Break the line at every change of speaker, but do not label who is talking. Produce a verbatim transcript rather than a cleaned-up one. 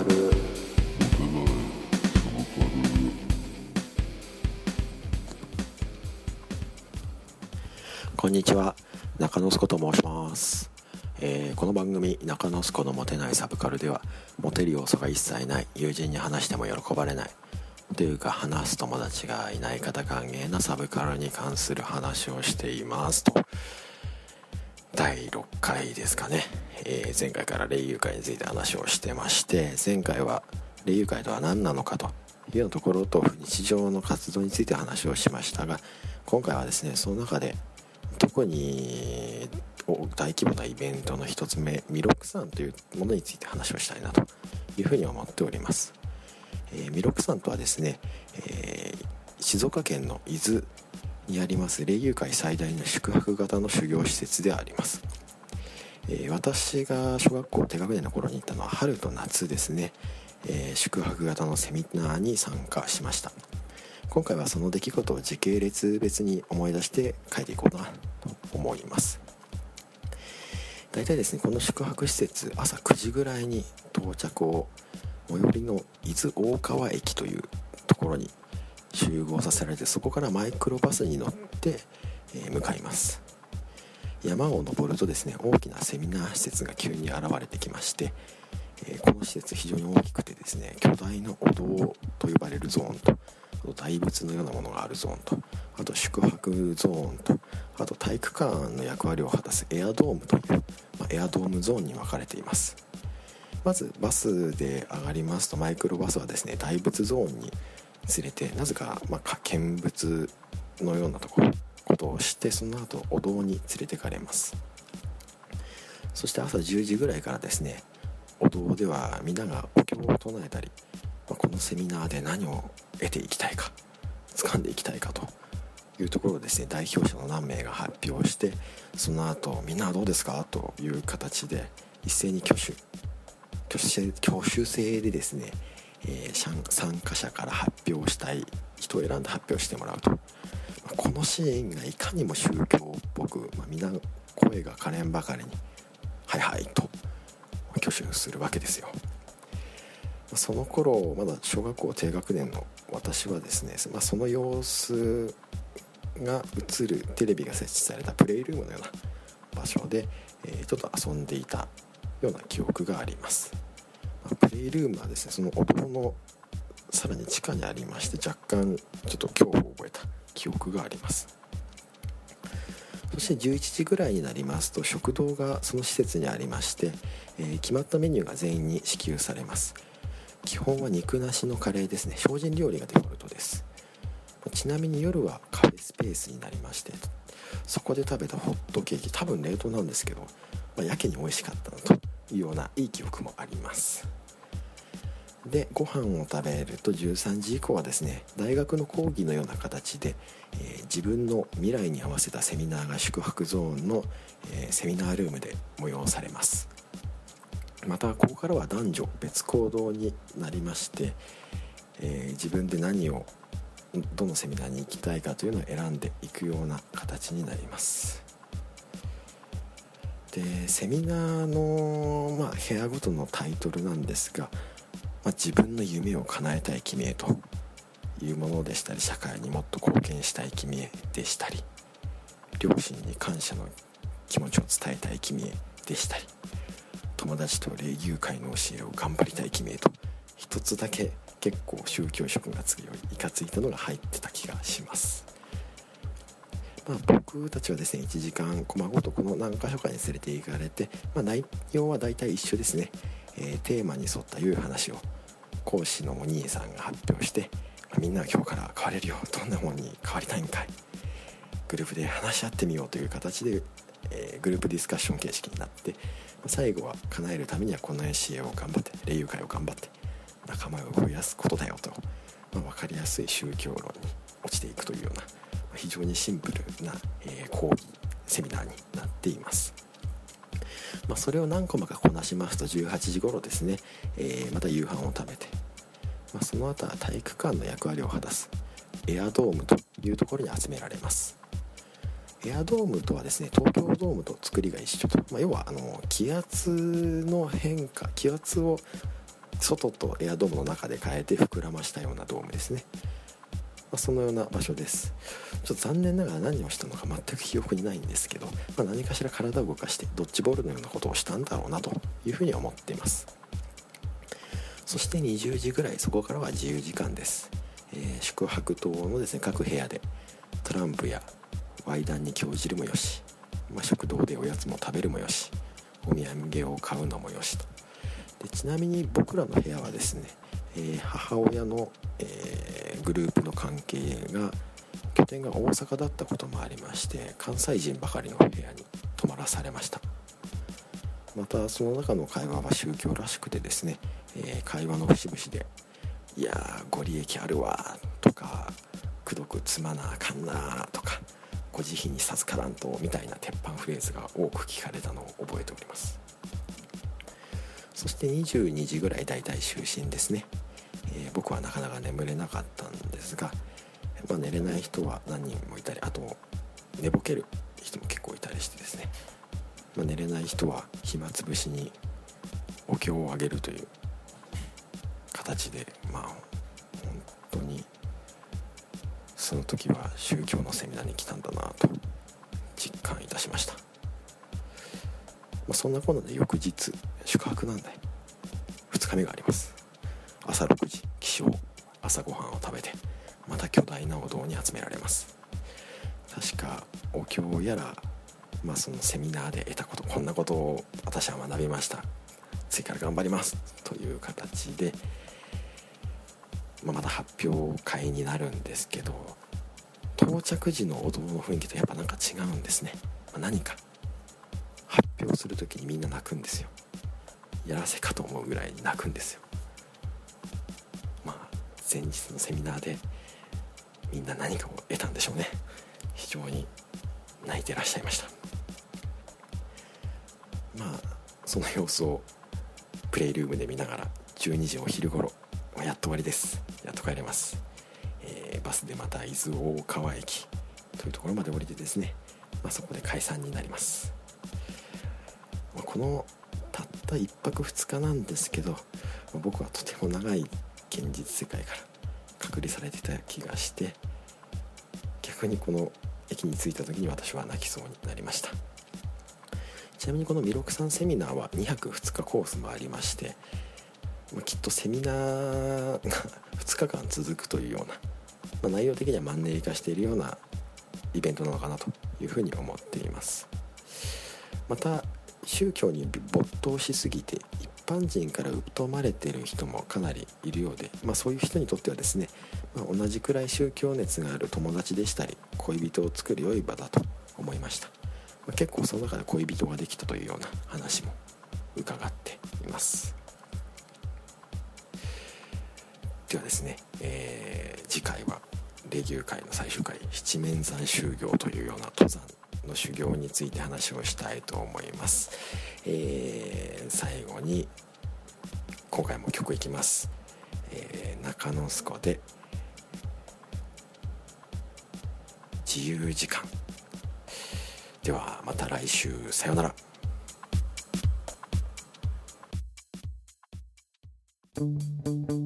カル。こんにちは、中野すこと申します。えー、この番組中野すこのモテないサブカルでは、モテる要素が一切ない、友人に話しても喜ばれないというか話す友達がいない方歓迎なサブカルに関する話をしていますと。だいろっかいですかね。えー、前回から霊友会について話をしてまして、前回は霊友会とは何なのかというようなところと日常の活動について話をしましたが、今回はですね、その中で特に大規模なイベントの一つ目、弥勒山というものについて話をしたいなというふうに思っております。えー、弥勒山とはですね、えー、静岡県の伊豆にあります霊友会最大の宿泊型の修行施設であります。えー、私が小学校低学年の頃に行ったのは春と夏ですね。えー、宿泊型のセミナーに参加しました。今回はその出来事を時系列別に思い出して書いていこうかなと思います。大体ですね、この宿泊施設、朝くじぐらいに到着を、最寄りの伊豆大川駅というところに集合させられて、そこからマイクロバスに乗って、えー、向かいます。山を登るとですね、大きなセミナー施設が急に現れてきまして、えー、この施設非常に大きくてですね、巨大なお堂と呼ばれるゾーンと、大仏のようなものがあるゾーンと、あと宿泊ゾーンと、あと体育館の役割を果たすエアドームという、まあ、エアドームゾーンに分かれています。まずバスで上がりますと、マイクロバスはですね、大仏ゾーンに連れて、なぜか、まあ、見物のようなところことをして、その後お堂に連れてかれます。そして朝じゅうじぐらいからですね、お堂ではみんながお経を唱えたり、まあ、このセミナーで何を得ていきたいか、掴んでいきたいかというところをですね、代表者の何名が発表して、その後みんなはどうですかという形で一斉に挙手挙手挙手制でですね、えー、参加者から発表したい人を選んで発表してもらうと、まあ、このシーンがいかにも宗教っぽく、まあ、みんな声がかれんばかりにはいはいと挙手するわけですよ。その頃まだ小学校低学年の私はですね、まあ、その様子が映るテレビが設置されたプレイルームのような場所で、えー、ちょっと遊んでいたような記憶があります。まあ、プレイルームはですね、そのお堂のさらに地下にありまして、若干ちょっと恐怖を覚えた記憶があります。そしてじゅういちじぐらいになりますと、食堂がその施設にありまして、えー、決まったメニューが全員に支給されます。基本は肉なしのカレーですね。精進料理がデフォルトです。ちなみに夜はカフェスペースになりまして、そこで食べたホットケーキ、多分冷凍なんですけど、まあ、やけに美味しかったなというようないい記憶もあります。で、ご飯を食べるとじゅうさんじ以降はですね、大学の講義のような形で、えー、自分の未来に合わせたセミナーが宿泊ゾーンの、えー、セミナールームで催されます。またここからは男女別行動になりまして、えー、自分で何をどのセミナーに行きたいかというのを選んでいくような形になります。で、セミナーの、まあ、部屋ごとのタイトルなんですが、まあ、自分の夢を叶えたい君へというものでしたり、社会にもっと貢献したい君へでしたり、両親に感謝の気持ちを伝えたい君へでしたり、友達と霊友会の教えを頑張りたい君へと、一つだけ結構宗教色が強いいかついたのが入ってた気がします。まあ、僕たちはですね、いちじかんコマごとこの何箇所かに連れて行かれて、まあ、内容は大体一緒ですね。えー、テーマに沿った良い話を講師のお兄さんが発表して、まあ、みんなは今日から変われるよ、どんなものに変わりたいんかい、グループで話し合ってみようという形で、えー、グループディスカッション形式になって、最後は叶えるためにはこの エーシーエー を頑張って、霊友会を頑張って仲間を増やすことだよと、まあ、分かりやすい宗教論に落ちていくというような、まあ、非常にシンプルな、えー、講義セミナーになっています。まあ、それを何コマかこなしますとじゅうはちじ頃ですね、えー、また夕飯を食べて、まあ、その後は体育館の役割を果たすエアドームというところに集められます。エアドームとはですね、東京ドームと作りが一緒と、まあ、要はあの気圧の変化、気圧を外とエアドームの中で変えて膨らましたようなドームですね。まあ、そのような場所です。ちょっと残念ながら何をしたのか全く記憶にないんですけど、まあ、何かしら体を動かしてドッジボールのようなことをしたんだろうなというふうに思っています。そしてにじゅうじぐらい、そこからは自由時間です。えー、宿泊棟のですね各部屋でトランプやワイダンに興じるもよし、まあ、食堂でおやつも食べるもよし、お土産を買うのもよしと。でちなみに僕らの部屋はですね、えー、母親の、えー、グループの関係が拠点が大阪だったこともありまして、関西人ばかりの部屋に泊まらされました。またその中の会話は宗教らしくてですね、えー、会話の節々でいやーご利益あるわとか、くどく積まなあかんなとか、ご慈悲に授からんとみたいな鉄板フレーズが多く聞かれたのを覚えております。そしてにじゅうにじぐらいだいたい就寝ですね。えー、僕はなかなか眠れなかったんですが、まあ、寝れない人は何人もいたり、あと寝ぼける人も結構いたりしてですね、まあ、寝れない人は暇つぶしにお経をあげるという形で、まあ本当にその時は宗教のセミナーに来たんだなと実感いたしました。まあ、そんなこんなで翌日宿泊なんでふつかめがあります。朝ろくじ起床、朝ごはんを食べてまた巨大なお堂に集められます。確かお経やら、まあ、そのセミナーで得たこと、こんなことを私は学びました、次から頑張りますという形で、まあ、また発表会になるんですけど、到着時のお堂の雰囲気とやっぱなんか違うんですね。まあ、何か発表するときにみんな泣くんですよ。やらせかと思うぐらい泣くんですよ。まあ前日のセミナーでみんな何かを得たんでしょうね。非常に泣いてらっしゃいました。まあその様子をプレイルームで見ながらじゅうにじお昼頃、まあ、やっと終わりです。やっと帰れます。えー、バスでまた伊豆大川駅というところまで降りてですね、まあ、そこで解散になります。まあ、このたったいっぱくふつかなんですけど、まあ、僕はとても長い現実世界から隔離されてた気がして、逆にこの駅に着いた時に私は泣きそうになりました。ちなみにこの弥勒さんセミナーはにはくふつかコースもありまして、まあ、きっとセミナーがふつかかん続くというような、まあ、内容的にはマンネリ化しているようなイベントなのかなというふうに思っています。また宗教に没頭しすぎて一般人から疎まれている人もかなりいるようで、まあ、そういう人にとってはですね、まあ、同じくらい宗教熱がある友達でしたり恋人を作る良い場だと思いました。まあ、結構その中で恋人ができたというような話も伺っています。ではですね、えー、次回は霊牛会の最終回、七面山修行というような登山の修行について話をしたいと思います。えー、最後に今回も曲いきます。えー、中野スコで自由時間。ではまた来週、さようなら。